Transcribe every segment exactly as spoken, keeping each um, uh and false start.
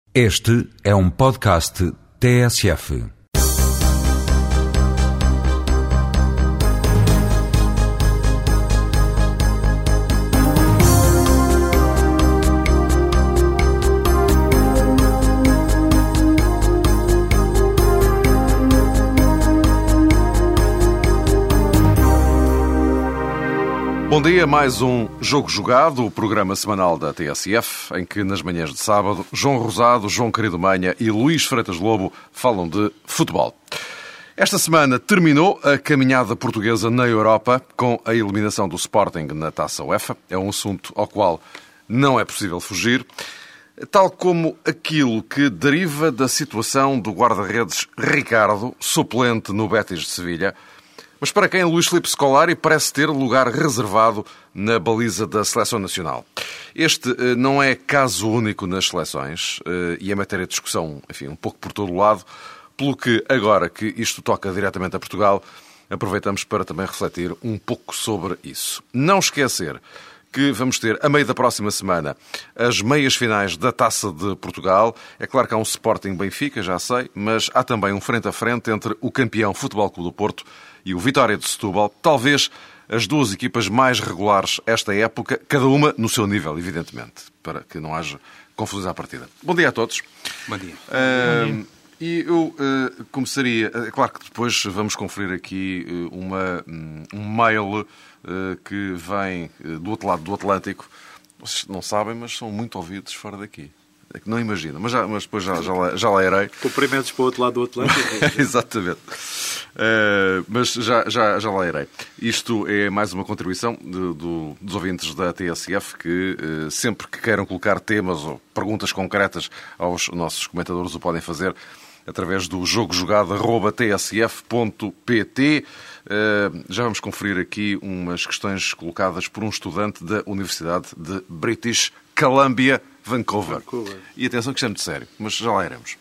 Este é um podcast T S F. Bom dia, mais um Jogo Jogado, o programa semanal da T S F, em que nas manhãs de sábado, João Rosado, João Querido Manha e Luís Freitas Lobo falam de futebol. Esta semana terminou a caminhada portuguesa na Europa com a eliminação do Sporting na Taça UEFA. É um assunto ao qual não é possível fugir, tal como aquilo que deriva da situação do guarda-redes Ricardo, suplente no Betis de Sevilha, mas para quem Luís Filipe Scolari parece ter lugar reservado na baliza da Seleção Nacional. Este não é caso único nas seleções e é matéria de discussão, enfim, um pouco por todo o lado, pelo que agora que isto toca diretamente a Portugal, aproveitamos para também refletir um pouco sobre isso. Não esquecer que vamos ter, a meio da próxima semana, as meias finais da Taça de Portugal. É claro que há um Sporting Benfica, já sei, mas há também um frente a frente entre o campeão Futebol Clube do Porto e o Vitória de Setúbal. Talvez as duas equipas mais regulares esta época, cada uma no seu nível, evidentemente, para que não haja confusões à partida. Bom dia a todos. Bom dia. Uh, Bom dia. E eu uh, começaria... É claro que depois vamos conferir aqui uh, uma, um mail uh, que vem uh, do outro lado do Atlântico. Vocês não sabem, mas são muito ouvidos fora daqui. É que não imagino, mas, já, mas depois já, já, lá, já lá irei. Cumprimentos para o outro lado do Atlântico. Exatamente. Uh, mas já, já, já lá irei. Isto é mais uma contribuição de, do, dos ouvintes da T S F que uh, sempre que queiram colocar temas ou perguntas concretas aos nossos comentadores o podem fazer através do jogo jogado arroba t s f ponto p t. Uh, já vamos conferir aqui umas questões colocadas por um estudante da Universidade de British Columbia, Vancouver. Vancouver. E atenção que isto é muito sério, mas já lá iremos.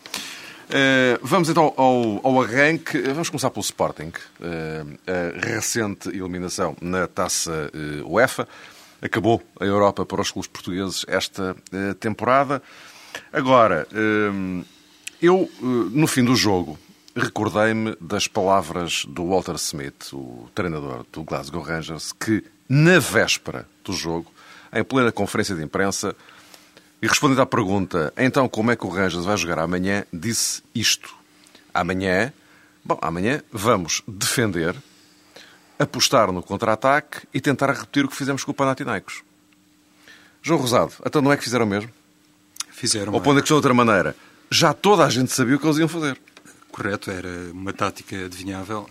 Uh, vamos então ao, ao arranque. Vamos começar pelo Sporting. Uh, a recente eliminação na Taça uh, UEFA. Acabou a Europa para os clubes portugueses esta uh, temporada. Agora, uh, eu, uh, no fim do jogo, recordei-me das palavras do Walter Smith, o treinador do Glasgow Rangers, que, na véspera do jogo, em plena conferência de imprensa, e respondendo à pergunta, então como é que o Rangers vai jogar amanhã, disse isto. Amanhã, bom, amanhã vamos defender, apostar no contra-ataque e tentar repetir o que fizemos com o Panathinaikos. João Rosado, então não é que fizeram o mesmo? Fizeram. Ou pondo a questão de outra maneira, já toda a gente sabia o que eles iam fazer. Correto, era uma tática adivinhável.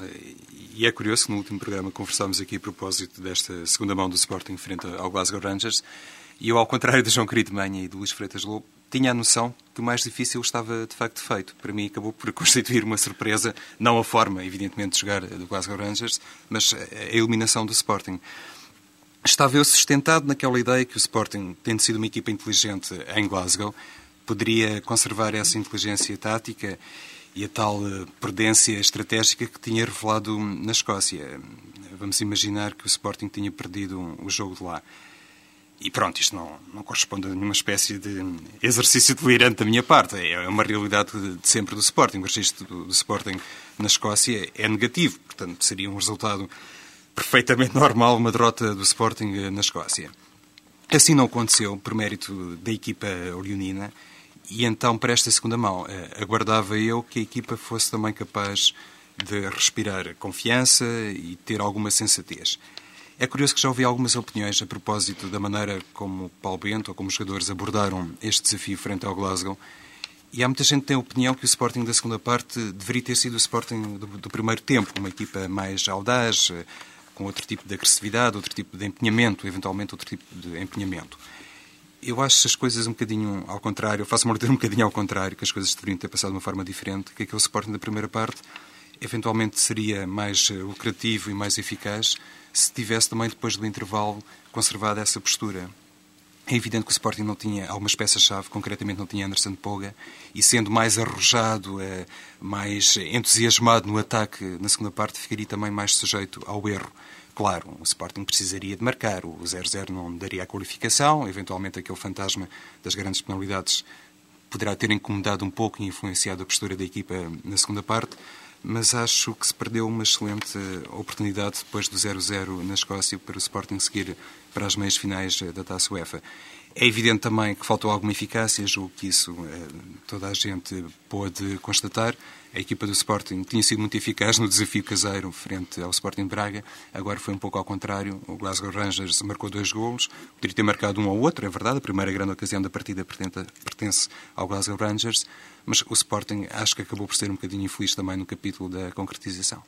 E é curioso que no último programa conversámos aqui a propósito desta segunda mão do Sporting frente ao Glasgow Rangers. E eu, ao contrário de João Querido Manha e de Luís Freitas Lobo, tinha a noção que o mais difícil estava de facto feito. Para mim acabou por constituir uma surpresa, não a forma, evidentemente, de jogar do Glasgow Rangers, mas a eliminação do Sporting. Estava eu sustentado naquela ideia que o Sporting, tendo sido uma equipa inteligente em Glasgow, poderia conservar essa inteligência tática e a tal prudência estratégica que tinha revelado na Escócia. Vamos imaginar que o Sporting tinha perdido o jogo de lá. E pronto, isto não, não corresponde a nenhuma espécie de exercício delirante da minha parte. É uma realidade de sempre do Sporting. O registro do, do Sporting na Escócia é negativo. Portanto, seria um resultado perfeitamente normal uma derrota do Sporting na Escócia. Assim não aconteceu, por mérito da equipa leonina. E então, para esta segunda mão, aguardava eu que a equipa fosse também capaz de respirar confiança e ter alguma sensatez. É curioso que já ouvi algumas opiniões a propósito da maneira como o Paulo Bento ou como os jogadores abordaram este desafio frente ao Glasgow. E há muita gente que tem a opinião que o Sporting da segunda parte deveria ter sido o Sporting do, do primeiro tempo, uma equipa mais audaz, com outro tipo de agressividade, outro tipo de empenhamento, eventualmente outro tipo de empenhamento. Eu acho as coisas um bocadinho ao contrário, eu faço uma leitura um bocadinho ao contrário, que as coisas deveriam ter passado de uma forma diferente, que aquele Sporting da primeira parte eventualmente seria mais lucrativo e mais eficaz se tivesse também, depois do intervalo, conservado essa postura. É evidente que o Sporting não tinha algumas peças-chave, concretamente não tinha Anderson Polga, e sendo mais arrojado, mais entusiasmado no ataque na segunda parte, ficaria também mais sujeito ao erro. Claro, o Sporting precisaria de marcar, o zero zero não daria a qualificação, eventualmente aquele fantasma das grandes penalidades poderá ter incomodado um pouco e influenciado a postura da equipa na segunda parte, mas acho que se perdeu uma excelente oportunidade depois do zero a zero na Escócia para o Sporting seguir para as meias finais da Taça UEFA. É evidente também que faltou alguma eficácia, julgo que isso toda a gente pôde constatar. A equipa do Sporting tinha sido muito eficaz no desafio caseiro frente ao Sporting Braga, agora foi um pouco ao contrário. O Glasgow Rangers marcou dois golos, poderia ter marcado um ao outro, é verdade, a primeira grande ocasião da partida pertence ao Glasgow Rangers, mas o Sporting acho que acabou por ser um bocadinho infeliz também no capítulo da concretização.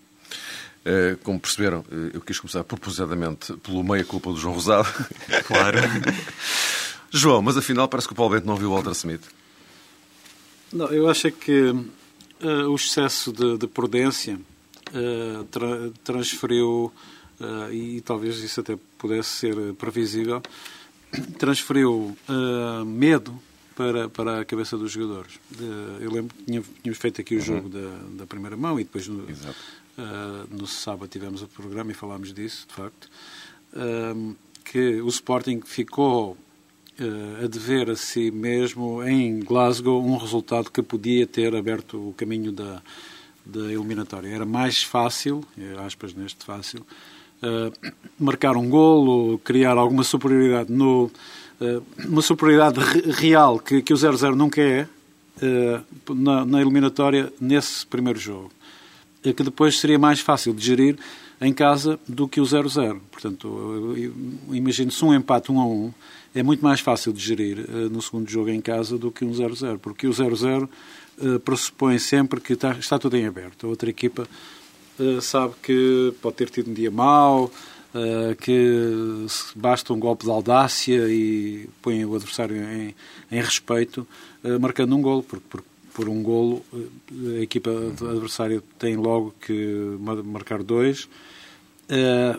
Como perceberam, eu quis começar propositadamente pelo meia-culpa do João Rosado. Claro. João, mas afinal parece que o Paulo Bento não viu o Walter Smith. Não, eu acho que uh, o excesso de, de prudência uh, tra transferiu, uh, e talvez isso até pudesse ser previsível, transferiu uh, medo para, para a cabeça dos jogadores. De, eu lembro que tínhamos, tínhamos feito aqui o jogo uhum. da, da primeira mão e depois no, uh, no sábado tivemos o programa e falámos disso, de facto, uh, que o Sporting ficou uh, a dever a si mesmo em Glasgow um resultado que podia ter aberto o caminho da, da eliminatória. Era mais fácil, aspas neste fácil, uh, marcar um golo, criar alguma superioridade no uma superioridade real que, que o zero a zero nunca é uh, na, na eliminatória nesse primeiro jogo, que depois seria mais fácil de gerir em casa do que o zero a zero. Portanto, imagino-se um empate um a um é muito mais fácil de gerir uh, no segundo jogo em casa do que um zero a zero, porque o zero a zero uh, pressupõe sempre que está, está tudo em aberto. A outra equipa uh, sabe que pode ter tido um dia mau, Uh, que basta um golpe de audácia e põe o adversário em, em respeito, uh, marcando um golo, porque por, por um golo uh, a equipa adversária tem logo que marcar dois. Uh,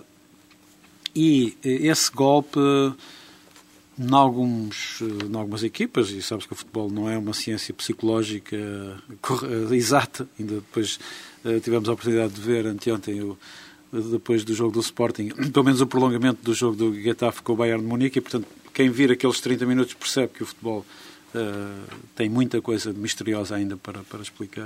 e esse golpe, em, alguns, em algumas equipas, e sabes que o futebol não é uma ciência psicológica uh, exata, ainda depois uh, tivemos a oportunidade de ver anteontem o depois do jogo do Sporting, pelo menos o prolongamento do jogo do Getafe com o Bayern de Munique, e, portanto, quem vir aqueles trinta minutos percebe que o futebol uh, tem muita coisa misteriosa ainda para, para explicar.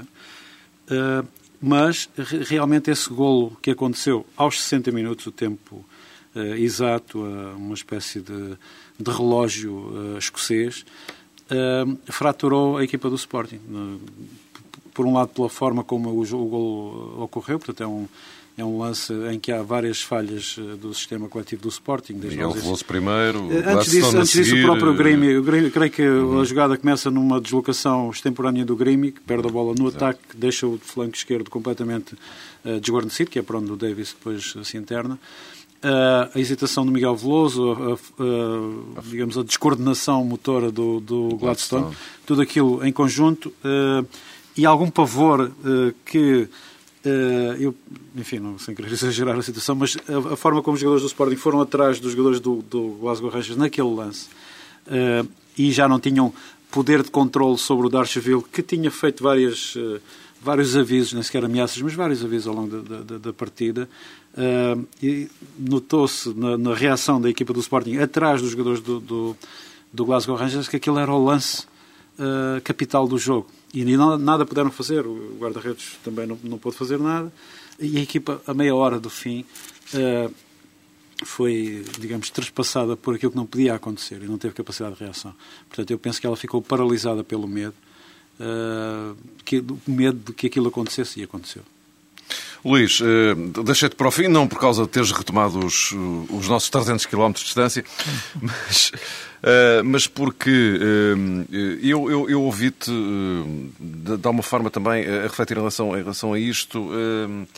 Uh, mas, re realmente, esse golo que aconteceu aos sessenta minutos, o tempo uh, exato, uh, uma espécie de, de relógio uh, escocês, uh, fraturou a equipa do Sporting. Uh, por um lado, pela forma como o, o golo ocorreu, portanto, é um É um lance em que há várias falhas do sistema coletivo do Sporting. Miguel Veloso primeiro, antes disso, antes disso o próprio Grêmio. Eu creio que uhum. a jogada começa numa deslocação extemporânea do Grêmio, que perde a bola no Exato. Ataque, deixa o flanco esquerdo completamente uh, desguarnecido, que é para onde o Davis depois se interna. Uh, a hesitação do Miguel Veloso, a, a, a, digamos, a descoordenação motora do, do Gladstone, Gladstone, tudo aquilo em conjunto, uh, e algum pavor uh, que... Uh, eu, enfim, não sem querer exagerar a situação, mas a, a forma como os jogadores do Sporting foram atrás dos jogadores do, do Glasgow Rangers naquele lance uh, e já não tinham poder de controle sobre o Darcheville, que tinha feito várias, uh, vários avisos, nem sequer ameaças, mas vários avisos ao longo da, da, da partida, uh, e notou-se na, na reação da equipa do Sporting atrás dos jogadores do, do, do Glasgow Rangers que aquilo era o lance uh, capital do jogo. E nada, nada puderam fazer, o guarda-redes também não, não pôde fazer nada, e a equipa, a meia hora do fim, uh, foi, digamos, trespassada por aquilo que não podia acontecer e não teve capacidade de reação. Portanto, eu penso que ela ficou paralisada pelo medo, uh, que, do medo de que aquilo acontecesse, e aconteceu. Luís, uh, deixei-te para o fim, não por causa de teres retomado os, os nossos trezentos quilómetros de distância, mas... Uh, mas porque uh, eu, eu, eu ouvi-te uh, de, de alguma forma também a refletir em relação, em relação a isto. Uh,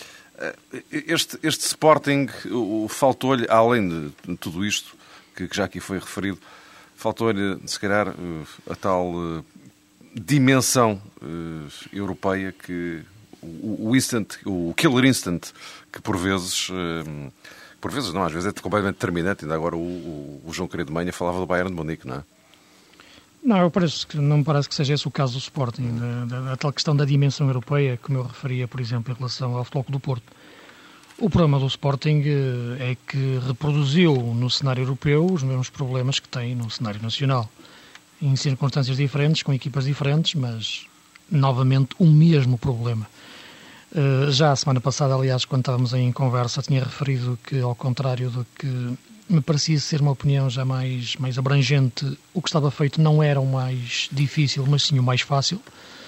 este, este Sporting uh, faltou-lhe, além de tudo isto que, que já aqui foi referido, faltou-lhe, se calhar, uh, a tal uh, dimensão uh, europeia que o, o instant, o killer instant, que por vezes... Uh, Por vezes não, às vezes é completamente determinante. Ainda agora o, o, o João Querido Manha falava do Bayern de Munique, não é? Não, eu parece que, não me parece que seja esse o caso do Sporting. Da, da, da tal questão da dimensão europeia, como eu referia, por exemplo, em relação ao Futebol Clube do Porto. O problema do Sporting é que reproduziu no cenário europeu os mesmos problemas que tem no cenário nacional. em circunstâncias diferentes, com equipas diferentes, mas novamente o mesmo problema. Uh, já a semana passada, aliás, quando estávamos em conversa, tinha referido que, ao contrário do que me parecia ser uma opinião já mais, mais abrangente, o que estava feito não era o mais difícil, mas sim o mais fácil.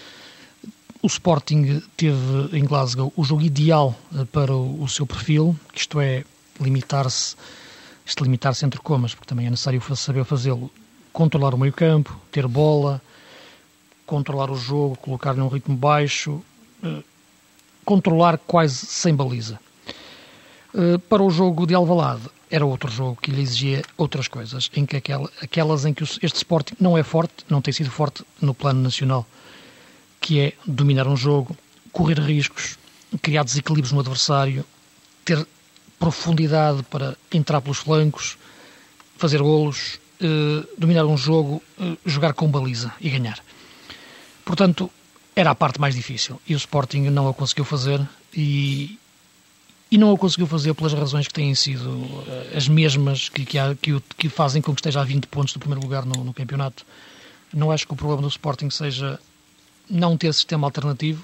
O Sporting teve em Glasgow o jogo ideal para o, o seu perfil, isto é, limitar-se, isto limitar-se entre comas, porque também é necessário saber fazê-lo, controlar o meio-campo, ter bola, controlar o jogo, colocar num ritmo baixo, uh, controlar quase sem baliza. Uh, para o jogo de Alvalade era outro jogo que lhe exigia outras coisas, em que aquela, aquelas em que este Sporting não é forte, não tem sido forte no plano nacional, que é dominar um jogo, correr riscos, criar desequilíbrios no adversário, ter profundidade para entrar pelos flancos, fazer golos, uh, dominar um jogo, uh, jogar com baliza e ganhar. Portanto, era a parte mais difícil e o Sporting não a conseguiu fazer e, e não a conseguiu fazer pelas razões que têm sido uh, as mesmas que, que, há, que, o, que fazem com que esteja a vinte pontos do primeiro lugar no, no campeonato. Não acho que o problema do Sporting seja não ter sistema alternativo.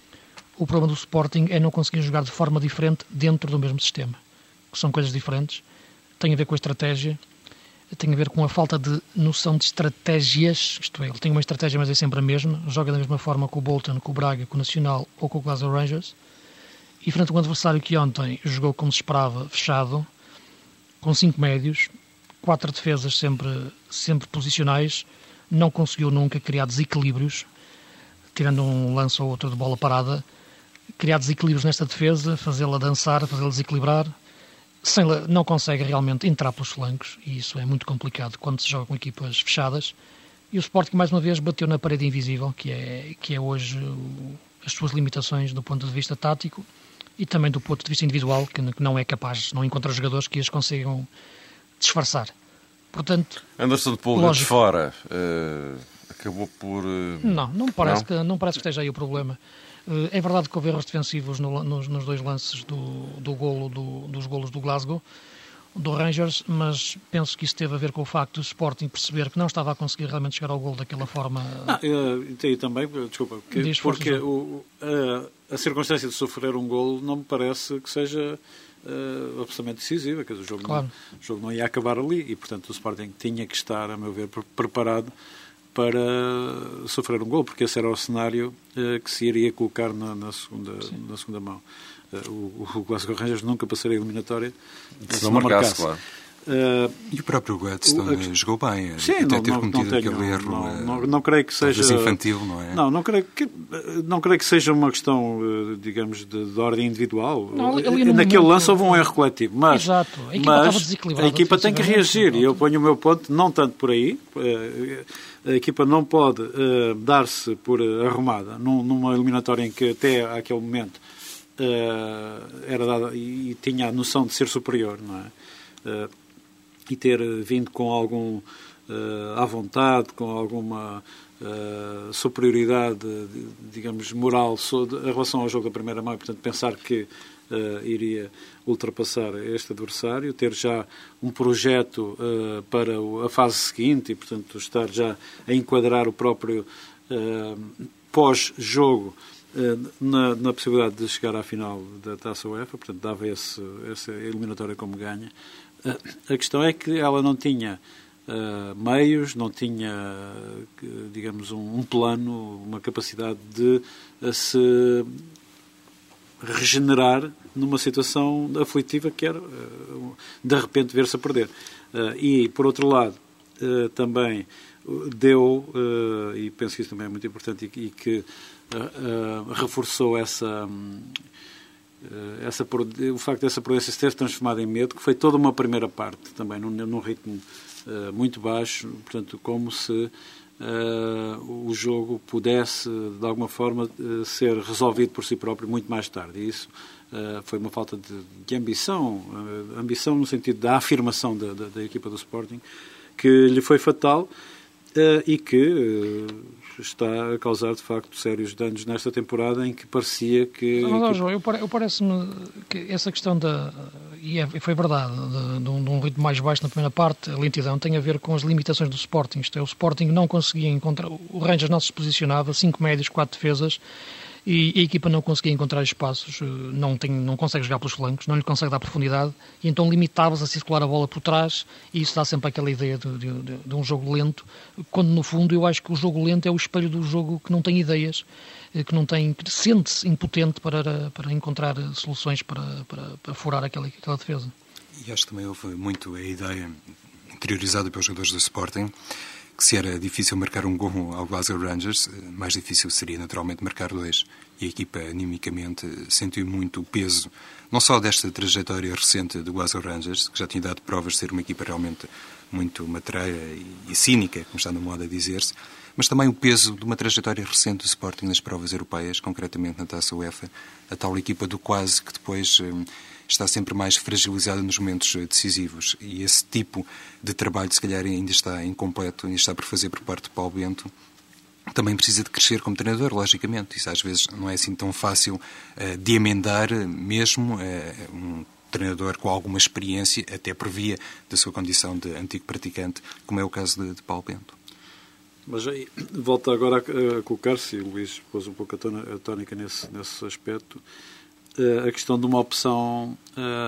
O problema do Sporting é não conseguir jogar de forma diferente dentro do mesmo sistema, que são coisas diferentes, tem a ver com a estratégia, tem a ver com a falta de noção de estratégias, isto é, ele tem uma estratégia, mas é sempre a mesma, joga da mesma forma com o Bolton, com o Braga, com o Nacional ou com o Glasgow Rangers, e frente a um adversário que ontem jogou como se esperava, fechado, com cinco médios, quatro defesas sempre, sempre posicionais, não conseguiu nunca criar desequilíbrios, tirando um lance ou outro de bola parada, criar desequilíbrios nesta defesa, fazê-la dançar, fazê-la desequilibrar, sem, não consegue realmente entrar pelos flancos, e isso é muito complicado quando se joga com equipas fechadas. E o Sporting, mais uma vez, bateu na parede invisível, que é, que é hoje o, as suas limitações do ponto de vista tático e também do ponto de vista individual, que não é capaz, não encontra jogadores que as consigam disfarçar. Portanto, Anderson Pulga de fora uh, acabou por... Uh... Não, não parece, não? Que, não parece que esteja aí o problema. Uh, é verdade que houve erros defensivos no, nos, nos dois lances do, do golo, do, dos golos do Glasgow, do Rangers, mas penso que isso teve a ver com o facto do Sporting perceber que não estava a conseguir realmente chegar ao golo daquela forma. Ah, e também, desculpa, que, porque o, a, a circunstância de sofrer um golo não me parece que seja uh, absolutamente decisiva, quer dizer, o jogo, claro. não, o jogo não ia acabar ali e, portanto, o Sporting tinha que estar, a meu ver, preparado para sofrer um golo, porque esse era o cenário uh, que se iria colocar na, na, segunda, na segunda mão. Uh, o, o Glasgow Rangers nunca passaria a eliminatória se não marcasse, claro. Uh, e o próprio Gladstone uh, jogou bem, sim, até não, ter não, cometido não tenho, aquele erro não, não, não creio que seja infantil, não é? Não, não creio que, não creio que seja uma questão, digamos, de, de ordem individual. Não, Naquele momento, lance houve um erro coletivo, mas, exato. A equipa, mas a equipa tem que reagir e eu ponho o meu ponto, não tanto por aí. A equipa não pode uh, dar-se por arrumada num, numa eliminatória em que até àquele momento uh, era dada e, e tinha a noção de ser superior, não é? Uh, e ter vindo com algum uh, à vontade, com alguma uh, superioridade, digamos, moral em relação ao jogo da primeira mão, e, portanto, pensar que uh, iria ultrapassar este adversário, ter já um projeto uh, para a fase seguinte e, portanto, estar já a enquadrar o próprio uh, pós-jogo uh, na, na possibilidade de chegar à final da Taça UEFA, portanto, dava esse, essa eliminatória como ganha. A questão é que ela não tinha uh, meios, não tinha, uh, digamos, um, um plano, uma capacidade de uh, se regenerar numa situação aflitiva que era, uh, de repente, ver-se a perder. Uh, e, por outro lado, uh, também deu, uh, e penso que isso também é muito importante e, e que uh, uh, reforçou essa... Um, Essa, o facto dessa prudência se ter transformado em medo, que foi toda uma primeira parte também, num, num ritmo uh, muito baixo, portanto, como se uh, o jogo pudesse, de alguma forma, uh, ser resolvido por si próprio muito mais tarde. E isso uh, foi uma falta de, de ambição, uh, ambição no sentido da afirmação da, da, da equipa do Sporting, que lhe foi fatal uh, e que... Uh, está a causar, de facto, sérios danos nesta temporada em que parecia que... Mas, mas, João, eu, eu parece-me que essa questão da... E é, foi verdade, de, de, um, de um ritmo mais baixo na primeira parte, a lentidão tem a ver com as limitações do Sporting. Isto é, o Sporting não conseguia encontrar... O Rangers não se posicionava, cinco médios, quatro defesas, e a equipa não conseguia encontrar espaços, não, tem, não consegue jogar pelos flancos, não lhe consegue dar profundidade, e então limitava-se a circular a bola por trás, e isso dá sempre aquela ideia de, de, de, de um jogo lento, quando no fundo eu acho que o jogo lento é o espelho do jogo que não tem ideias, que não tem, que sente-se impotente para, para encontrar soluções para, para, para furar aquela, aquela defesa. E acho que também houve muito a ideia interiorizada pelos jogadores do Sporting, que se era difícil marcar um gol ao Glasgow Rangers, mais difícil seria naturalmente marcar dois. E a equipa, animicamente, sentiu muito o peso, não só desta trajetória recente do Glasgow Rangers, que já tinha dado provas de ser uma equipa realmente muito matreira e, e cínica, como está na moda a dizer-se, mas também o peso de uma trajetória recente do Sporting nas provas europeias, concretamente na Taça UEFA, a tal equipa do quase que depois hum, está sempre mais fragilizada nos momentos decisivos. E esse tipo de trabalho, se calhar, ainda está incompleto, ainda está por fazer por parte de Paulo Bento. Também precisa de crescer como treinador, logicamente. Isso às vezes não é assim tão fácil uh, de emendar, mesmo uh, um treinador com alguma experiência, até por via da sua condição de antigo praticante, como é o caso de, de Paulo Bento. Mas aí, volta agora a, a colocar-se, e o Luís pôs um pouco a tónica nesse, nesse aspecto, uh, a questão de uma opção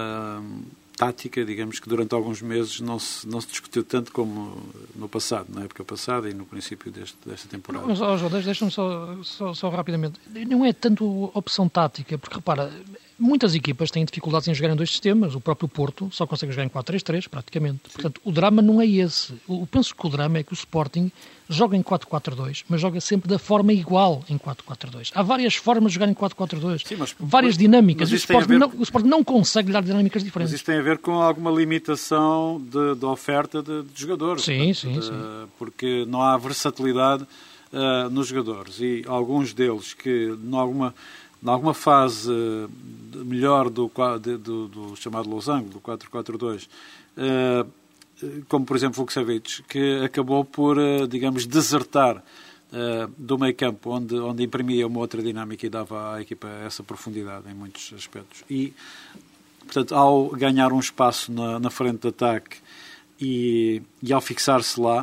uh, tática, digamos que durante alguns meses não se, não se discutiu tanto como no passado, na época passada e no princípio deste, desta temporada. Mas, oh, João, deixa-me só, só, só rapidamente. Não é tanto opção tática, porque repara, muitas equipas têm dificuldades em jogar em dois sistemas. O próprio Porto só consegue jogar em quatro três três, praticamente. Sim. Portanto, o drama não é esse. Eu penso que o drama é que o Sporting joga em quatro quatro dois, mas joga sempre da forma igual em quatro quatro dois. Há várias formas de jogar em quatro quatro dois. Sim, mas, várias mas, dinâmicas. Mas o, Sporting ver... não, o Sporting não consegue dar dinâmicas diferentes. Mas isso tem a ver com alguma limitação de, de oferta de, de jogadores. Sim, portanto, sim, de, sim. Porque não há versatilidade uh, nos jogadores. E alguns deles que, em alguma, em alguma fase uh, melhor do, do, do chamado losango, do quatro quatro dois, uh, como por exemplo Vukcevic, que acabou por, digamos, desertar uh, do meio campo, onde, onde imprimia uma outra dinâmica e dava à equipa essa profundidade em muitos aspectos. E, portanto, ao ganhar um espaço na, na frente de ataque e, e ao fixar-se lá,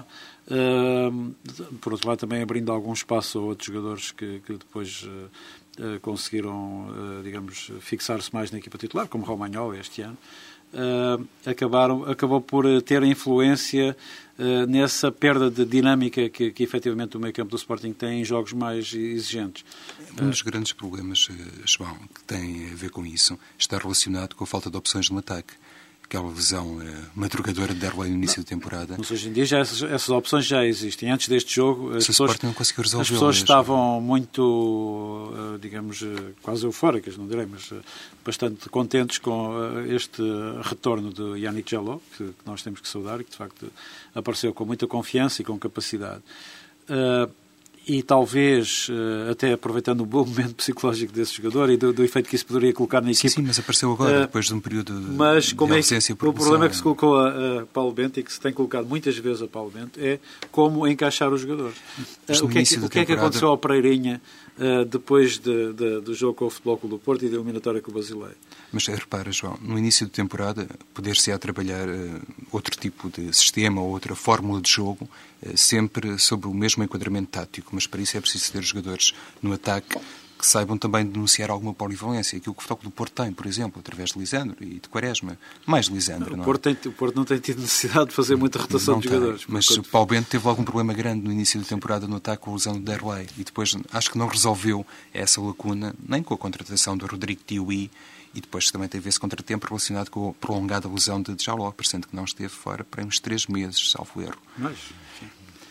uh, por outro lado também abrindo algum espaço a outros jogadores que, que depois uh, uh, conseguiram, uh, digamos, fixar-se mais na equipa titular, como Romagnol este ano, Uh, acabaram, acabou por ter influência uh, nessa perda de dinâmica que, que efetivamente o meio campo do Sporting tem em jogos mais exigentes. Um dos grandes problemas, João, que tem a ver com isso, está relacionado com a falta de opções no ataque. Aquela lesão uh, madrugadora de Derlei no início não, da temporada. Mas hoje em dia já essas, essas opções já existem. Antes deste jogo, as pessoas, não conseguiu resolver as pessoas estavam muito, uh, digamos, uh, quase eufóricas, não direi, mas uh, bastante contentes com uh, este retorno de Yannick Jaló, que, que nós temos que saudar e que de facto apareceu com muita confiança e com capacidade. Uh, E talvez, até aproveitando o bom momento psicológico desse jogador e do, do efeito que isso poderia colocar na equipe. Sim, sim, mas apareceu agora, uh, depois de um período de, mas como de é ausência que, o problema é que se colocou a, a Paulo Bento e que se tem colocado muitas vezes a Paulo Bento é como encaixar os jogadores. Uh, o que, é que, o que é que aconteceu ao Pereirinha uh, depois de, de, do jogo com o Futebol Clube do Porto e da eliminatória com o Basileia? Mas repara, João, no início da temporada poder-se-á trabalhar uh, outro tipo de sistema ou outra fórmula de jogo, uh, sempre sobre o mesmo enquadramento tático, mas para isso é preciso ter jogadores no ataque que saibam também denunciar alguma polivalência. Aquilo que o Futebol Clube do Porto tem, por exemplo, através de Lisandro e de Quaresma. Mais Lisandro, não, não é? O Porto, tem, o Porto não tem tido necessidade de fazer muita rotação não de tem, jogadores. Mas o Paulo Bento teve algum problema grande no início da temporada no ataque com a lesão de Derlei e depois acho que não resolveu essa lacuna nem com a contratação do Rodrigo Tiuí e depois também teve esse contratempo relacionado com a prolongada lesão de Jaló, parecendo que não esteve fora para uns três meses, salvo erro. Mas, sim.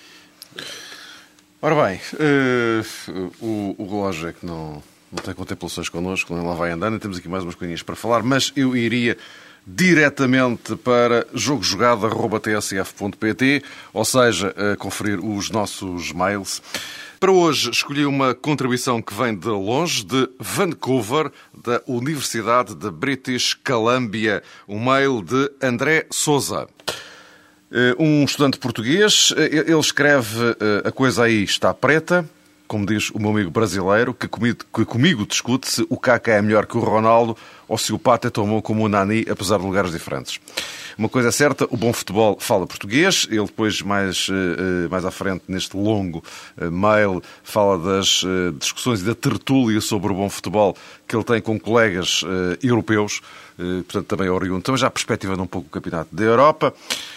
Ora bem, uh, o, o relógio é que não, não tem contemplações connosco, nem lá vai andando, e temos aqui mais umas coisinhas para falar, mas eu iria diretamente para jogo jogado arroba t s f ponto p t, ou seja, a conferir os nossos mails. Para hoje escolhi uma contribuição que vem de longe, de Vancouver, da Universidade de British Columbia, um mail de André Sousa. Um estudante português, ele escreve: a coisa aí está preta, como diz o meu amigo brasileiro, que comigo, que comigo discute se o Kaká é melhor que o Ronaldo ou se o Pato é tão bom como o Nani, apesar de lugares diferentes. Uma coisa é certa, o bom futebol fala português. Ele depois, mais, mais à frente, neste longo mail, fala das discussões e da tertúlia sobre o bom futebol que ele tem com colegas europeus, portanto também é oriundo. Também já perspectivando um pouco o campeonato da Europa.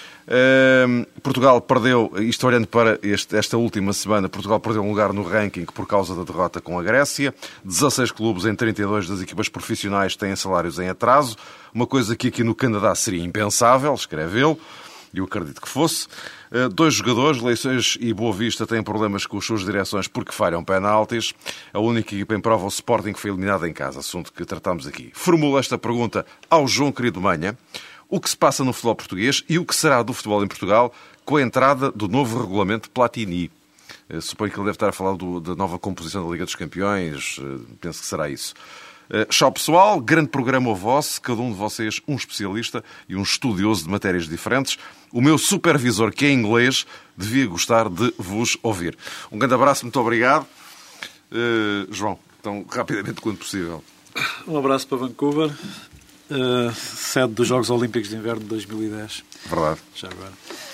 Uh, Portugal perdeu, isto olhando para este, esta última semana, Portugal perdeu um lugar no ranking por causa da derrota com a Grécia. dezasseis clubes em trinta e dois das equipas profissionais têm salários em atraso, uma coisa que aqui no Canadá seria impensável, escreve ele, e eu acredito que fosse. Uh, dois jogadores, Leitões e Boa Vista, têm problemas com as suas direções porque falham penaltis. A única equipa em prova, o Sporting, que foi eliminada em casa, assunto que tratamos aqui. Formulo esta pergunta ao João Querido Manha: o que se passa no futebol português e o que será do futebol em Portugal com a entrada do novo regulamento Platini? Uh, suponho que ele deve estar a falar do, da nova composição da Liga dos Campeões, uh, penso que será isso. Uh, Tchau pessoal, grande programa o vosso, cada um de vocês um especialista e um estudioso de matérias diferentes. O meu supervisor, que é inglês, devia gostar de vos ouvir. Um grande abraço, muito obrigado. Uh, João, tão rapidamente quanto possível. Um abraço para Vancouver. Uh, sede dos Jogos Olímpicos de Inverno de dois mil e dez. Verdade. Já agora.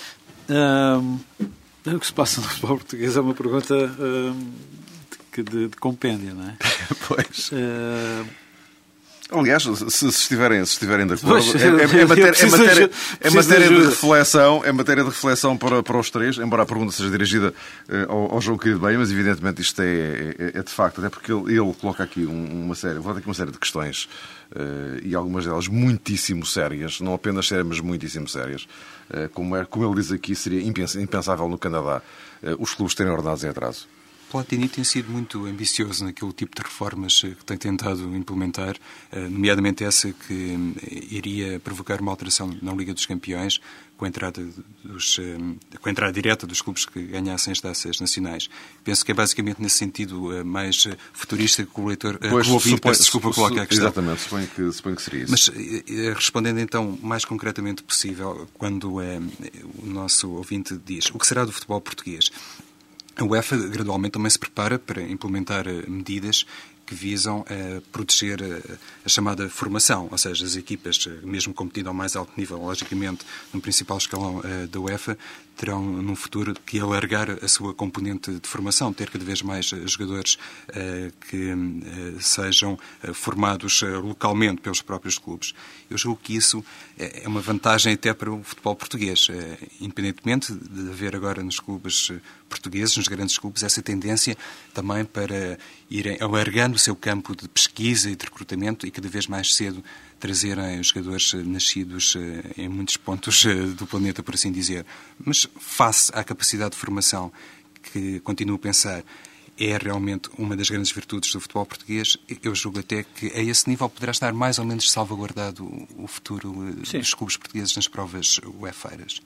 Uh, o que se passa no futebol português é uma pergunta uh, de, de, de compêndio, não é? Pois. Uh, Aliás, se, se, estiverem, se estiverem de acordo, pois, é, é, é matéria, é matéria, é matéria de, de reflexão, é matéria de reflexão para, para os três, embora a pergunta seja dirigida uh, ao, ao João Querido Bem, mas evidentemente isto é, é, é de facto, até porque ele, ele coloca aqui um, uma série, vou dar aqui uma série de questões, uh, e algumas delas muitíssimo sérias, não apenas sérias, mas muitíssimo sérias. Uh, como, é, como ele diz aqui, seria impensável no Canadá uh, os clubes terem ordenados em atraso. Platini tem sido muito ambicioso naquele tipo de reformas que tem tentado implementar, nomeadamente essa que iria provocar uma alteração na Liga dos Campeões com a entrada, dos, com a entrada direta dos clubes que ganhassem as taças nacionais. Penso que é basicamente nesse sentido mais futurista que o leitor, pois, que o ouvinte, supõe, peço desculpa por colocar a questão. Exatamente, suponho que, suponho que seria isso. Mas respondendo então mais concretamente possível, quando é, o nosso ouvinte diz o que será do futebol português? A UEFA gradualmente também se prepara para implementar medidas que visam uh, proteger uh, a chamada formação, ou seja, as equipas, uh, mesmo competindo ao mais alto nível, logicamente, no principal escalão uh, da UEFA, terão num futuro que alargar a sua componente de formação, ter cada vez mais uh, jogadores uh, que uh, sejam uh, formados uh, localmente pelos próprios clubes. Eu julgo que isso é uma vantagem até para o futebol português, uh, independentemente de haver agora nos clubes uh, portugueses, nos grandes clubes, essa tendência também para irem alargando o seu campo de pesquisa e de recrutamento e cada vez mais cedo trazerem jogadores nascidos em muitos pontos do planeta, por assim dizer. Mas face à capacidade de formação que continuo a pensar é realmente uma das grandes virtudes do futebol português, eu julgo até que a esse nível poderá estar mais ou menos salvaguardado o futuro Sim. dos clubes portugueses nas provas uefeiras.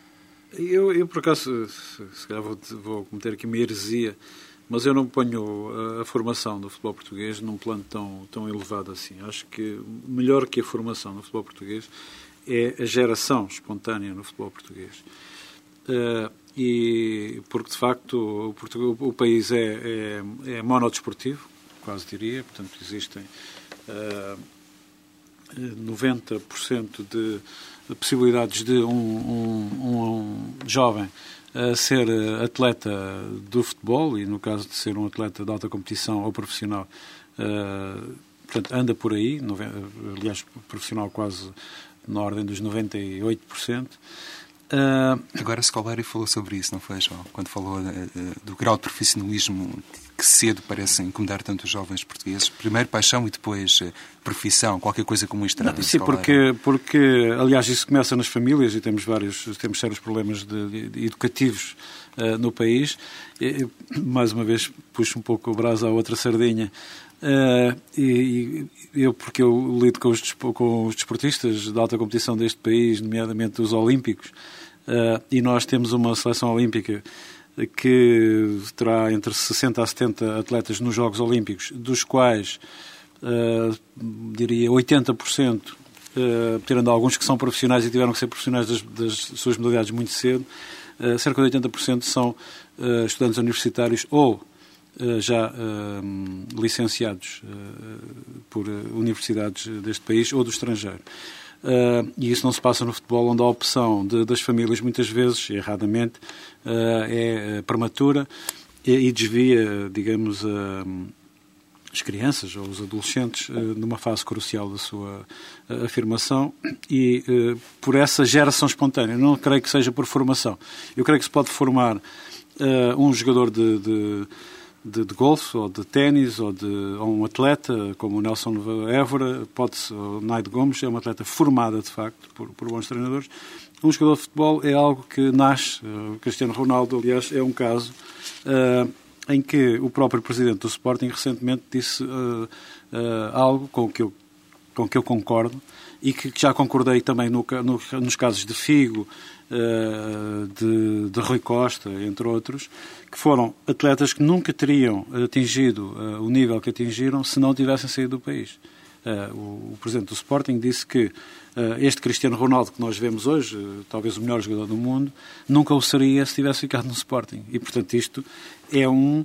Eu, eu, por acaso, se calhar vou, vou cometer aqui uma heresia, mas eu não ponho a, a formação do futebol português num plano tão, tão elevado assim. Acho que melhor que a formação no futebol português é a geração espontânea no futebol português. Uh, e porque, de facto, o, Portugal, o país é, é, é monodesportivo, quase diria, portanto, existem uh, noventa por cento de possibilidades de um, um, um jovem a ser atleta do futebol, e no caso de ser um atleta de alta competição ou profissional, uh, portanto, anda por aí, aliás, profissional quase na ordem dos noventa e oito por cento. Uh, Agora Scolari falou sobre isso, não foi, João? Quando falou uh, do grau de profissionalismo que cedo parece incomodar tanto os jovens portugueses. Primeiro paixão e depois uh, profissão, qualquer coisa como isto. Não, sim, porque, porque, aliás, isso começa nas famílias e temos vários, temos sérios problemas de, de, de educativos uh, no país. E, mais uma vez, puxo um pouco o braço à outra sardinha. Uh, e, e eu, porque eu lido com os, com os desportistas de alta competição deste país, nomeadamente os olímpicos, uh, e nós temos uma seleção olímpica que terá entre sessenta a setenta atletas nos Jogos Olímpicos, dos quais, uh, diria, oitenta por cento uh, tirando alguns que são profissionais e tiveram que ser profissionais das, das suas modalidades muito cedo, uh, cerca de oitenta por cento são uh, estudantes universitários ou uh, já uh, licenciados uh, por uh, universidades deste país ou do estrangeiro. Uh, e isso não se passa no futebol, onde a opção de, das famílias, muitas vezes, erradamente, uh, é uh, prematura e, e desvia, digamos, uh, as crianças ou os adolescentes uh, numa fase crucial da sua uh, afirmação e uh, por essa geração espontânea. Não creio que seja por formação. Eu creio que se pode formar uh, um jogador de... de de, de golfe, ou de ténis, ou, de, ou um atleta, como o Nelson Évora, pode-se, o Naide Gomes, é uma atleta formada, de facto, por, por bons treinadores. Um jogador de futebol é algo que nasce. O Cristiano Ronaldo, aliás, é um caso uh, em que o próprio presidente do Sporting recentemente disse uh, uh, algo com que eu, com que eu concordo e que já concordei também no, no, nos casos de Figo, De, de Rui Costa, entre outros, que foram atletas que nunca teriam atingido uh, o nível que atingiram se não tivessem saído do país. Uh, o, o presidente do Sporting disse que uh, este Cristiano Ronaldo que nós vemos hoje, uh, talvez o melhor jogador do mundo, nunca o seria se tivesse ficado no Sporting. E, portanto, isto é um...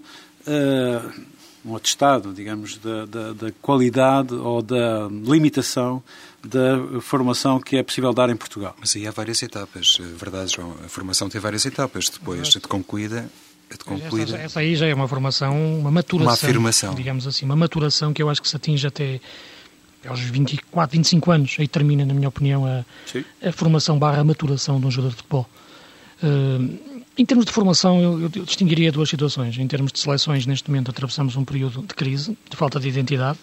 Uh, um atestado, digamos, da, da, da qualidade ou da limitação da formação que é possível dar em Portugal. Mas aí há várias etapas, verdade, João? A formação tem várias etapas. Depois, de concluída... De concluída... Essa, essa aí já é uma formação, uma maturação. Uma afirmação. Digamos assim, uma maturação que eu acho que se atinge até aos vinte e quatro, vinte e cinco anos. Aí termina, na minha opinião, a, a formação barra maturação de um jogador de futebol. Uh, Em termos de formação, eu, eu distinguiria duas situações. Em termos de seleções, neste momento atravessamos um período de crise, de falta de identidade.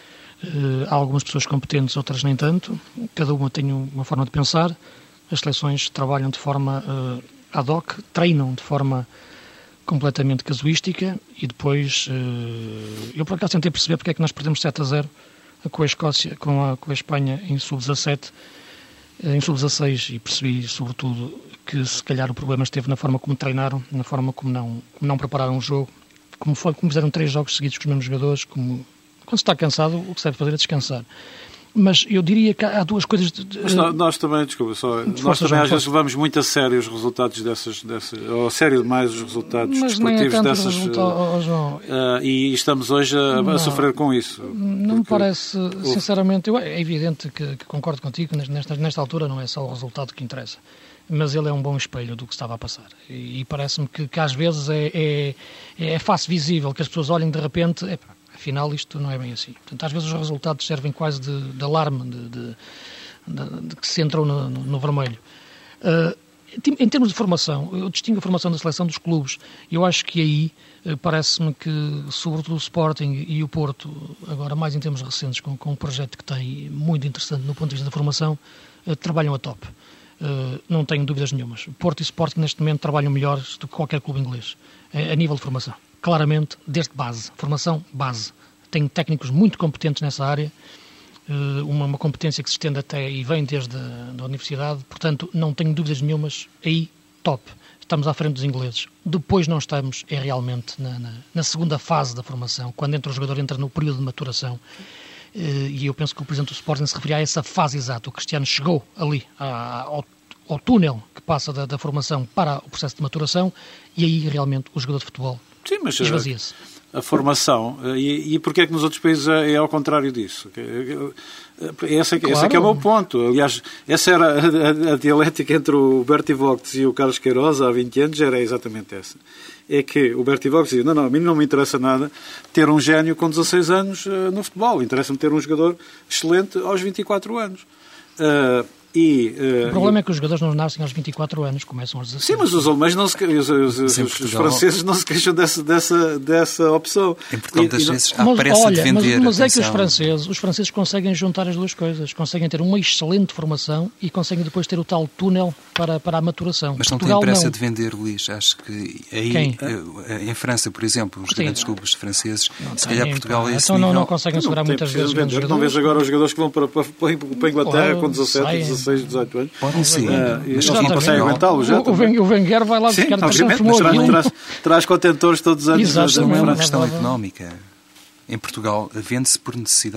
Uh, há algumas pessoas competentes, outras nem tanto. Cada uma tem uma forma de pensar. As seleções trabalham de forma uh, ad hoc, treinam de forma completamente casuística e depois... Uh, eu, por acaso, tentei perceber porque é que nós perdemos sete a zero com a Escócia, com a, com a Espanha em sub dezassete, em sub dezasseis, e percebi, sobretudo, que se calhar o problema esteve na forma como treinaram, na forma como não, como não prepararam o jogo, como, foi, como fizeram três jogos seguidos com os mesmos jogadores, como, quando se está cansado, o que se deve fazer é descansar. Mas eu diria que há duas coisas... De, de, Mas nós, nós também, desculpa, só, nós também João, às vezes levamos muito a sério os resultados dessas, dessas ou a sério demais os resultados mas desportivos nem é dessas... Resulta, oh, João, uh, e estamos hoje a, a sofrer com isso. Não me parece, sinceramente, eu, é evidente que, que concordo contigo, nesta, nesta altura não é só o resultado que interessa, mas ele é um bom espelho do que estava a passar. E, e parece-me que, que às vezes é, é, é fácil visível que as pessoas olhem de repente... Epa, afinal, isto não é bem assim. Portanto, às vezes os resultados servem quase de, de alarme, de, de, de, de que se entrou no, no, no vermelho. Uh, em termos de formação, eu distingo a formação da seleção dos clubes. Eu acho que aí uh, parece-me que, sobretudo o Sporting e o Porto, agora mais em termos recentes, com, com um projeto que tem muito interessante no ponto de vista da formação, uh, trabalham a top. Uh, não tenho dúvidas nenhumas. Porto e Sporting, neste momento, trabalham melhores do que qualquer clube inglês, uh, a nível de formação. Claramente, desde base, formação base. Tenho técnicos muito competentes nessa área, uma, uma competência que se estende até e vem desde a da universidade, portanto, não tenho dúvidas nenhumas, aí, top. Estamos à frente dos ingleses. Depois não estamos, é realmente na, na, na segunda fase da formação, quando entra o jogador, entra no período de maturação, e eu penso que o Presidente do Sporting se referia a essa fase exata. O Cristiano chegou ali, ao, ao túnel que passa da, da formação para o processo de maturação, e aí, realmente, o jogador de futebol Sim, mas esvazia-se. A formação, e, e porquê é que nos outros países é, é ao contrário disso? Esse, claro. esse é que é o meu ponto. Aliás, essa era a, a, a dialética entre o Berti Vogts e o Carlos Queiroz há vinte anos, era exatamente essa. É que o Berti Vogts dizia, não, não, a mim não me interessa nada ter um gênio com dezasseis anos uh, no futebol, interessa-me ter um jogador excelente aos vinte e quatro anos. Uh, E, uh, o problema e... é que os jogadores não nascem aos vinte e quatro anos, começam aos dezasseis. Sim, mas os alemães não se os, os, os, os franceses não se queixam dessa, dessa, dessa opção. Em Portugal, muitas vezes, há mas, pressa olha, de vender. Mas, mas é que os franceses, os franceses conseguem juntar as duas coisas. Conseguem ter uma excelente formação e conseguem depois ter o tal túnel para, para a maturação. Mas não Portugal, têm pressa não. de vender, Luís. Acho que aí, Quem? em França, por exemplo, os Sim. grandes clubes franceses, não se tem, calhar Portugal é esse então nível. não, não conseguem segurar não, muitas vezes grandes jogadores. Não vejo agora os jogadores que vão para, para, para a Inglaterra claro, com dezassete, saem. dezasseis, dezoito anos. Podem sair, Uh, mas eles não conseguem aguentá-lo já. O, o Wenger vai lá Sim, buscar obviamente, mas traz, traz, traz contentores todos os anos. Exatamente. Não é uma Não, questão não, não. económica. Em Portugal, vende-se por necessidade.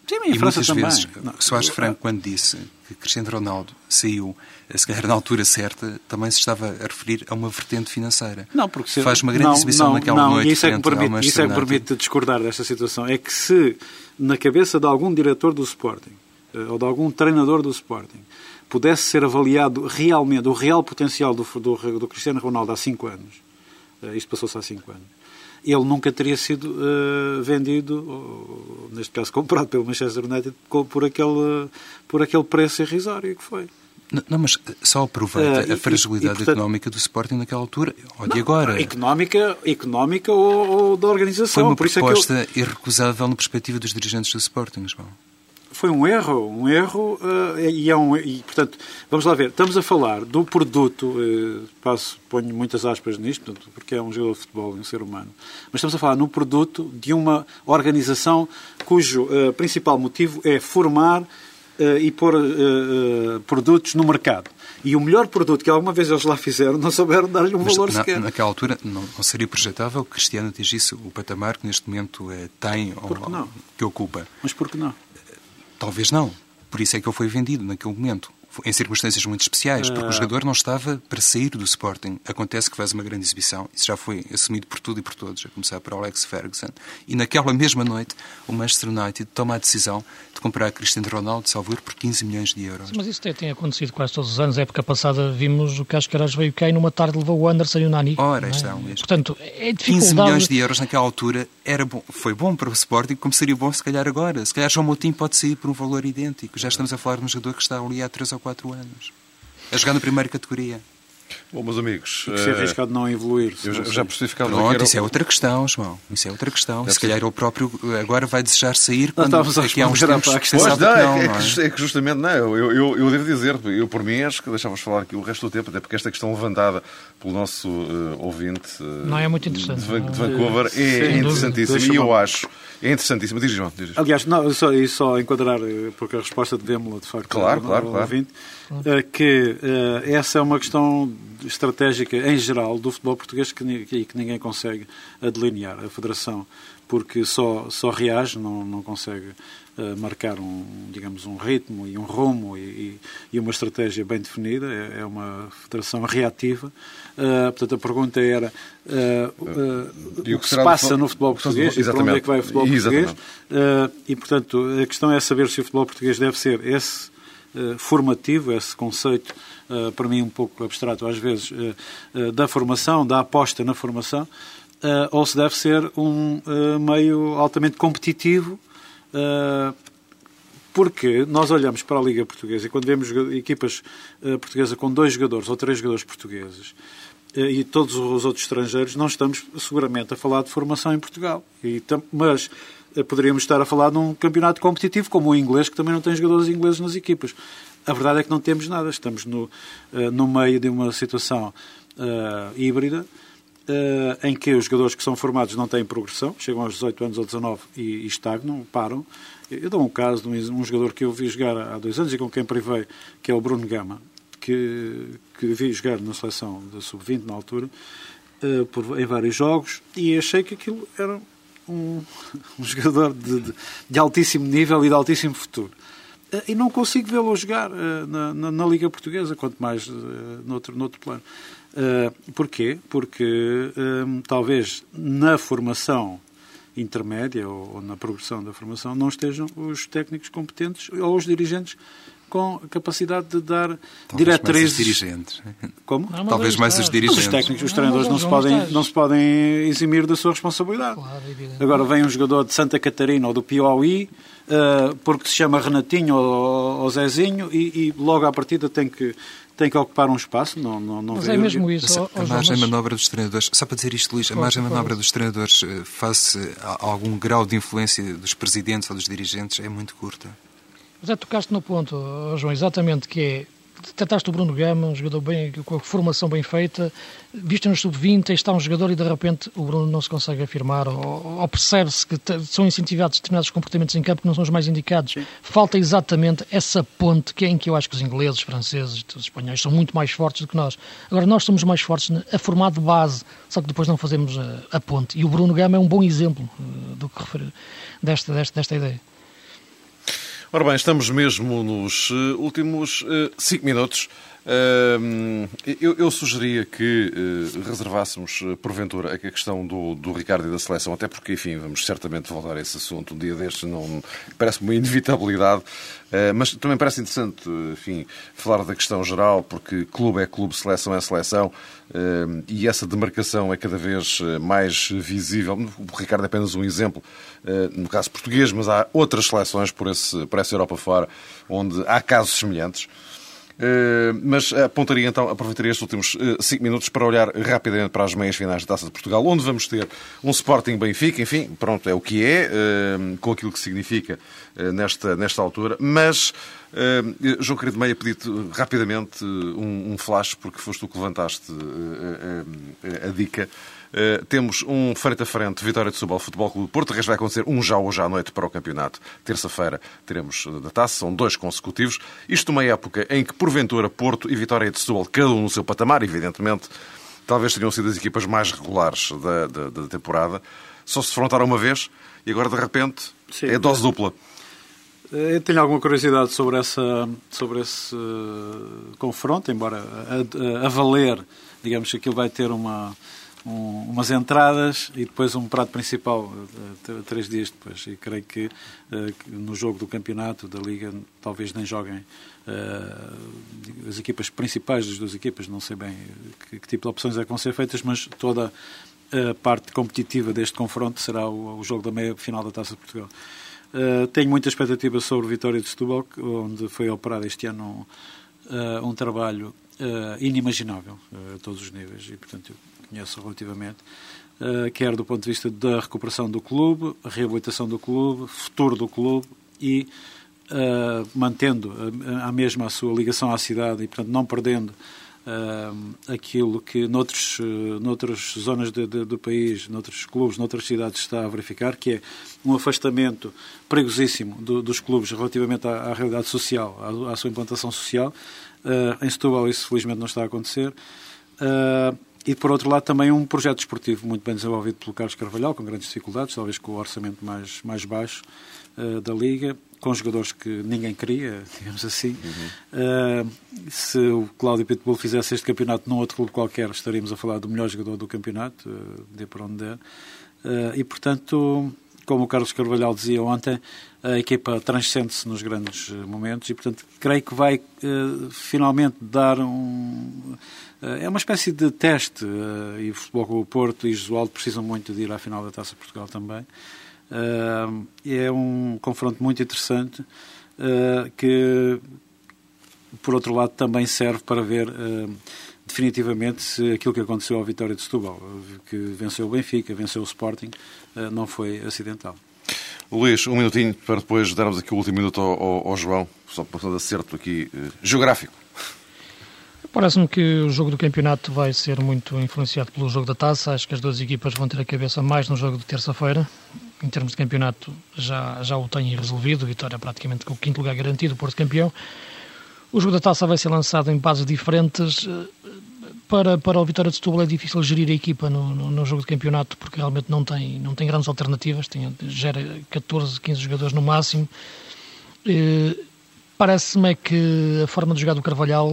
Sim, e, e França muitas também. vezes, Não, Soares Franco, quando disse que Cristiano Ronaldo saiu, se calhar na altura certa, também se estava a referir a uma vertente financeira. Não, porque se, faz uma grande não, exibição não, naquela não, noite. Isso é que me permite, Manchester isso é que me United. permite discordar desta situação. É que se na cabeça de algum diretor do Sporting ou de algum treinador do Sporting pudesse ser avaliado realmente o real potencial do, do, do Cristiano Ronaldo há cinco anos, isto passou-se há cinco anos, ele nunca teria sido uh, vendido, ou, neste caso comprado pelo Manchester United, por aquele, por aquele preço irrisório que foi. Não, não, mas só aproveita Uh, e- a fragilidade e, portanto, económica do Sporting naquela altura, ou de Não, agora. Económica, económica ou, ou da organização. Foi uma por isso proposta é que eu, irrecusável na perspectiva dos dirigentes do Sporting, João. Foi um erro, um erro, uh, e é um e portanto, vamos lá ver, estamos a falar do produto, uh, passo, ponho muitas aspas nisto, portanto, porque é um jogador de futebol e um ser humano, mas estamos a falar no produto de uma organização cujo uh, principal motivo é formar uh, e pôr uh, uh, produtos no mercado. E o melhor produto que alguma vez eles lá fizeram, não souberam dar-lhe um Mas valor na, sequer. naquela altura não, não seria projetável que Cristiano atingisse o patamar que neste momento eh, tem ou, Por que não? que ocupa? Mas por que não? Talvez não. Por isso é que ele foi vendido naquele momento. Em circunstâncias muito especiais, porque o jogador não estava para sair do Sporting. Acontece que faz uma grande exibição. Isso já foi assumido por tudo e por todos, a começar por Alex Ferguson. E naquela mesma noite, o Manchester United toma a decisão de comprar Cristiano Ronaldo, salvo erro, por quinze milhões de euros. Mas isso tem, tem acontecido quase todos os anos. A época passada vimos o Cascarais veio cá e numa tarde levou o Anderson e o Nani. Ora, não é? está mesmo. Portanto, é dificuldade... quinze milhões de euros naquela altura era bom, foi bom para o Sporting, como seria bom se calhar agora. Se calhar João Moutinho pode sair por um valor idêntico. Já estamos a falar de um jogador que está ali há três ou quatro anos. A jogar na primeira categoria. Bom, meus amigos... E que se é arriscado não evoluir. Eu já, não já percebi Pronto, era... isso é outra questão, João. Isso é outra questão. Deve se calhar ser. ele próprio agora vai desejar sair Nós quando estávamos a daqui há uns responder tempos à questão. Pois pensava não, que não, é, não é? que, é que justamente não. Eu, eu, eu devo dizer, eu por mim acho que deixávamos falar aqui o resto do tempo, até porque esta questão levantada pelo nosso uh, ouvinte uh, Não é muito interessante. de, Van- de Vancouver é, é Sem interessantíssima. dúvida. E eu acho, é interessantíssima. Diz, João, diz. Aliás, não, só, e só enquadrar, eh, porque a resposta devemos-la, de facto, Claro, ao- claro, ao claro. ouvinte, eh, que eh, essa é uma questão estratégica, em geral, do futebol português que, ni- que ninguém consegue delinear. A Federação, porque só, só reage, não, não consegue eh, marcar um, digamos, um ritmo e um rumo e, e- e uma estratégia bem definida. É, é uma Federação reativa. Eh, portanto, a pergunta era eh, eh, E o que se passa no futebol português e para onde é que vai o futebol português. Exatamente. Uh, e, portanto, a questão é saber se o futebol português deve ser esse uh, formativo, esse conceito, uh, para mim um pouco abstrato às vezes, uh, uh, da formação, da aposta na formação, uh, ou se deve ser um uh, meio altamente competitivo, uh, porque nós olhamos para a Liga Portuguesa e quando vemos equipas uh, portuguesas com dois jogadores ou três jogadores portugueses, e todos os outros estrangeiros, não estamos seguramente a falar de formação em Portugal. E, mas poderíamos estar a falar de um campeonato competitivo, como o inglês, que também não tem jogadores ingleses nas equipas. A verdade é que não temos nada. Estamos no, no meio de uma situação uh, híbrida, uh, em que os jogadores que são formados não têm progressão, chegam aos dezoito anos ou dezanove e, e estagnam, param. Eu dou um caso de um, um jogador que eu vi jogar há dois anos e com quem privei, que é o Bruno Gama, que, que vi jogar na seleção da sub vinte na altura, uh, por, em vários jogos, e achei que aquilo era um, um jogador de, de, de altíssimo nível e de altíssimo futuro. Uh, e não consigo vê-lo jogar uh, na, na, na Liga Portuguesa, quanto mais uh, noutro, noutro plano. Uh, porquê? Porque um, talvez na formação intermédia ou, ou na progressão da formação não estejam os técnicos competentes ou os dirigentes com a capacidade de dar Talvez diretrizes. mais os dirigentes. Como? Não, mas Talvez aí mais está. os Mas dirigentes. os técnicos, os Não, treinadores mas não, os se jogos podem, estás. não se podem eximir da sua responsabilidade. Claro, evidente. Agora vem um jogador de Santa Catarina ou do Piauí, uh, porque se chama Renatinho ou, ou Zezinho, e, e logo à partida tem que, tem que ocupar um espaço. Não, não, não Mas vê- é mesmo isso. Mas ó, a ó, João, margem de mas- manobra dos treinadores, só para dizer isto, Luís, a Força, margem de manobra força. dos treinadores eh, face a algum grau de influência dos presidentes ou dos dirigentes é muito curta. Mas é, tocaste no ponto, ó, João, exatamente, que é, trataste o Bruno Gama, um jogador bem, com a formação bem feita, visto no sub vinte, aí está um jogador e de repente o Bruno não se consegue afirmar, ou, ou percebe-se que te, são incentivados determinados comportamentos em campo que não são os mais indicados. Sim. Falta exatamente essa ponte que é em que eu acho que os ingleses, os franceses, os espanhóis são muito mais fortes do que nós. Agora, nós somos mais fortes a formar de base, só que depois não fazemos a, a ponte. E o Bruno Gama é um bom exemplo uh, do que referir, desta, desta, desta ideia. Ora bem, estamos mesmo nos uh, últimos uh, cinco minutos. Uh, eu, eu sugeria que uh, reservássemos, uh, porventura, a questão do, do Ricardo e da seleção, até porque, enfim, vamos certamente voltar a esse assunto um dia destes, não, parece uma inevitabilidade, uh, mas também parece interessante, enfim, falar da questão geral, porque clube é clube, seleção é seleção, uh, e essa demarcação é cada vez mais visível. O Ricardo é apenas um exemplo, uh, no caso português, mas há outras seleções por, esse, por essa Europa fora, onde há casos semelhantes. Uh, mas apontaria então, aproveitaria estes últimos uh, cinco minutos para olhar rapidamente para as meias finais da Taça de Portugal, onde vamos ter um Sporting Benfica, enfim, pronto, é o que é, uh, com aquilo que significa uh, nesta, nesta altura, mas uh, João Querido Meia, pedi-te rapidamente um, um flash, porque foste tu que levantaste uh, uh, a dica. Uh, temos um frente a frente, Vitória de Setúbal Futebol Clube do Porto. O resto vai acontecer um já hoje à noite para o campeonato. Terça-feira teremos da Taça, são dois consecutivos. Isto numa época em que, porventura, Porto e Vitória de Setúbal, cada um no seu patamar, evidentemente, talvez teriam sido as equipas mais regulares da, da, da temporada. Só se defrontaram uma vez e agora, de repente, Sim, é dose dupla. Eu tenho alguma curiosidade sobre, essa, sobre esse uh, confronto, embora a, a, a valer, digamos que aquilo vai ter uma... Um, umas entradas e depois um prato principal uh, três dias depois. E creio que, uh, que no jogo do campeonato, da Liga, talvez nem joguem uh, as equipas principais das duas equipas. Não sei bem que, que tipo de opções é que vão ser feitas, mas toda a parte competitiva deste confronto será o, o jogo da meia-final da Taça de Portugal. Uh, tenho muita expectativa sobre o Vitória de Setúbal, onde foi operado este ano um, uh, um trabalho uh, inimaginável uh, a todos os níveis e, portanto, eu conheço relativamente, uh, quer do ponto de vista da recuperação do clube, a reabilitação do clube, futuro do clube e uh, mantendo a, a mesma a sua ligação à cidade e, portanto, não perdendo uh, aquilo que noutros, uh, noutras zonas de, de, do país, noutros clubes, noutras cidades está a verificar, que é um afastamento perigosíssimo do, dos clubes relativamente à, à realidade social, à, à sua implantação social. Uh, em Setúbal isso felizmente não está a acontecer. Uh, E, por outro lado, também um projeto desportivo muito bem desenvolvido pelo Carlos Carvalhal, com grandes dificuldades, talvez com o orçamento mais, mais baixo uh, da Liga, com jogadores que ninguém queria, digamos assim. Uhum. Uh, se o Cláudio Pitbull fizesse este campeonato num outro clube qualquer, estaríamos a falar do melhor jogador do campeonato, uh, de por onde der. Uh, e, portanto, como o Carlos Carvalhal dizia ontem, a equipa transcende-se nos grandes momentos e, portanto, creio que vai uh, finalmente dar um... É uma espécie de teste, uh, e o Futebol Clube do Porto e Jesualdo precisam muito de ir à final da Taça de Portugal também. Uh, é um confronto muito interessante, uh, que, por outro lado, também serve para ver uh, definitivamente se aquilo que aconteceu ao Vitória de Setúbal, que venceu o Benfica, venceu o Sporting, uh, não foi acidental. Luís, um minutinho para depois darmos aqui o último minuto ao, ao, ao João, só para um acerto aqui uh, geográfico. Parece-me que o jogo do campeonato vai ser muito influenciado pelo jogo da Taça. Acho que as duas equipas vão ter a cabeça mais no jogo de terça-feira. Em termos de campeonato, já, já o têm resolvido. Vitória praticamente com o quinto lugar garantido, o Porto campeão. O jogo da Taça vai ser lançado em bases diferentes. Para, para o Vitória de Setúbal é difícil gerir a equipa no, no, no jogo de campeonato, porque realmente não tem, não tem grandes alternativas. Tem, gera catorze, quinze jogadores no máximo. E, parece-me que a forma de jogar do Carvalhal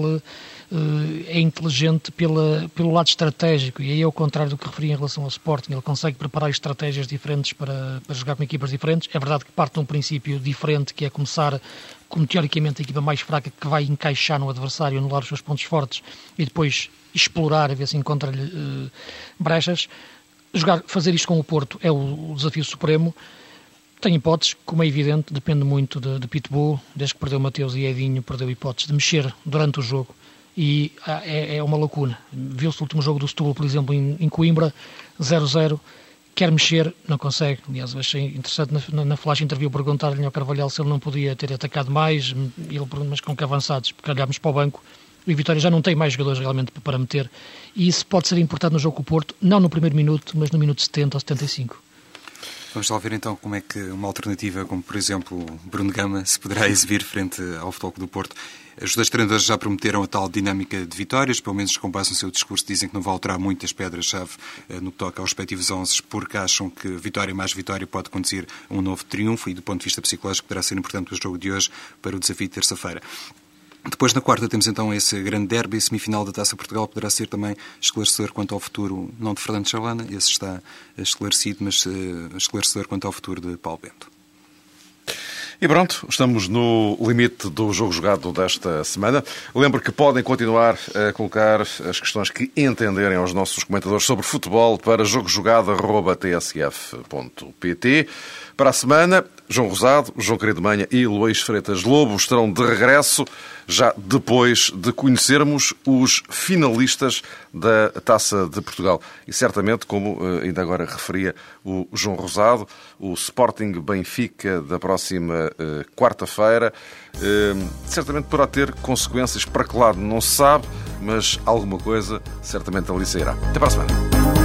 é inteligente pela, pelo lado estratégico, e aí é o contrário do que referi em relação ao Sporting. Ele consegue preparar estratégias diferentes para, para jogar com equipas diferentes. É verdade que parte de um princípio diferente, que é começar como teoricamente a equipa mais fraca, que vai encaixar no adversário, anular os seus pontos fortes e depois explorar, a ver se encontra-lhe uh, brechas. Jogar, fazer isto com o Porto é o, o desafio supremo. Tem hipóteses, como é evidente, depende muito de, de Pitbull. Desde que perdeu Mateus e Edinho, perdeu hipóteses de mexer durante o jogo. E é, é uma lacuna. Viu-se o último jogo do Setúbal, por exemplo, em, em Coimbra, zero a zero, quer mexer, não consegue. Aliás, eu achei interessante na, na, na flash interview perguntar-lhe ao Carvalhal se ele não podia ter atacado mais, e ele perguntou, mas com que avançados? Porque olhámos para o banco e o Vitória já não tem mais jogadores realmente para meter, e isso pode ser importante no jogo com o Porto, não no primeiro minuto, mas no minuto setenta ou setenta e cinco. Vamos lá ver então como é que uma alternativa como, por exemplo, Bruno Gama se poderá exibir frente ao Futebol Clube do Porto. Os dois treinadores já prometeram a tal dinâmica de vitórias, pelo menos com base no seu discurso dizem que não vai alterar muitas pedras-chave no que toca aos respectivos onze, porque acham que vitória mais vitória pode conduzir a um novo triunfo e do ponto de vista psicológico poderá ser importante o jogo de hoje para o desafio de terça-feira. Depois, na quarta, temos então esse grande derby, semifinal da Taça Portugal, poderá ser também esclarecedor quanto ao futuro, não de Fernando Charlana, esse está esclarecido, mas uh, esclarecedor quanto ao futuro de Paulo Bento. E pronto, estamos no limite do jogo jogado desta semana. Lembro que podem continuar a colocar as questões que entenderem aos nossos comentadores sobre futebol para jogojogado arroba t s f ponto p t. Para a semana, João Rosado, João Querido Manha e Luís Freitas Lobo estarão de regresso, já depois de conhecermos os finalistas da Taça de Portugal. E certamente, como ainda agora referia o João Rosado, o Sporting Benfica da próxima uh, quarta-feira, uh, certamente poderá ter consequências, para que lado não se sabe, mas alguma coisa certamente ali sairá. Até para a semana.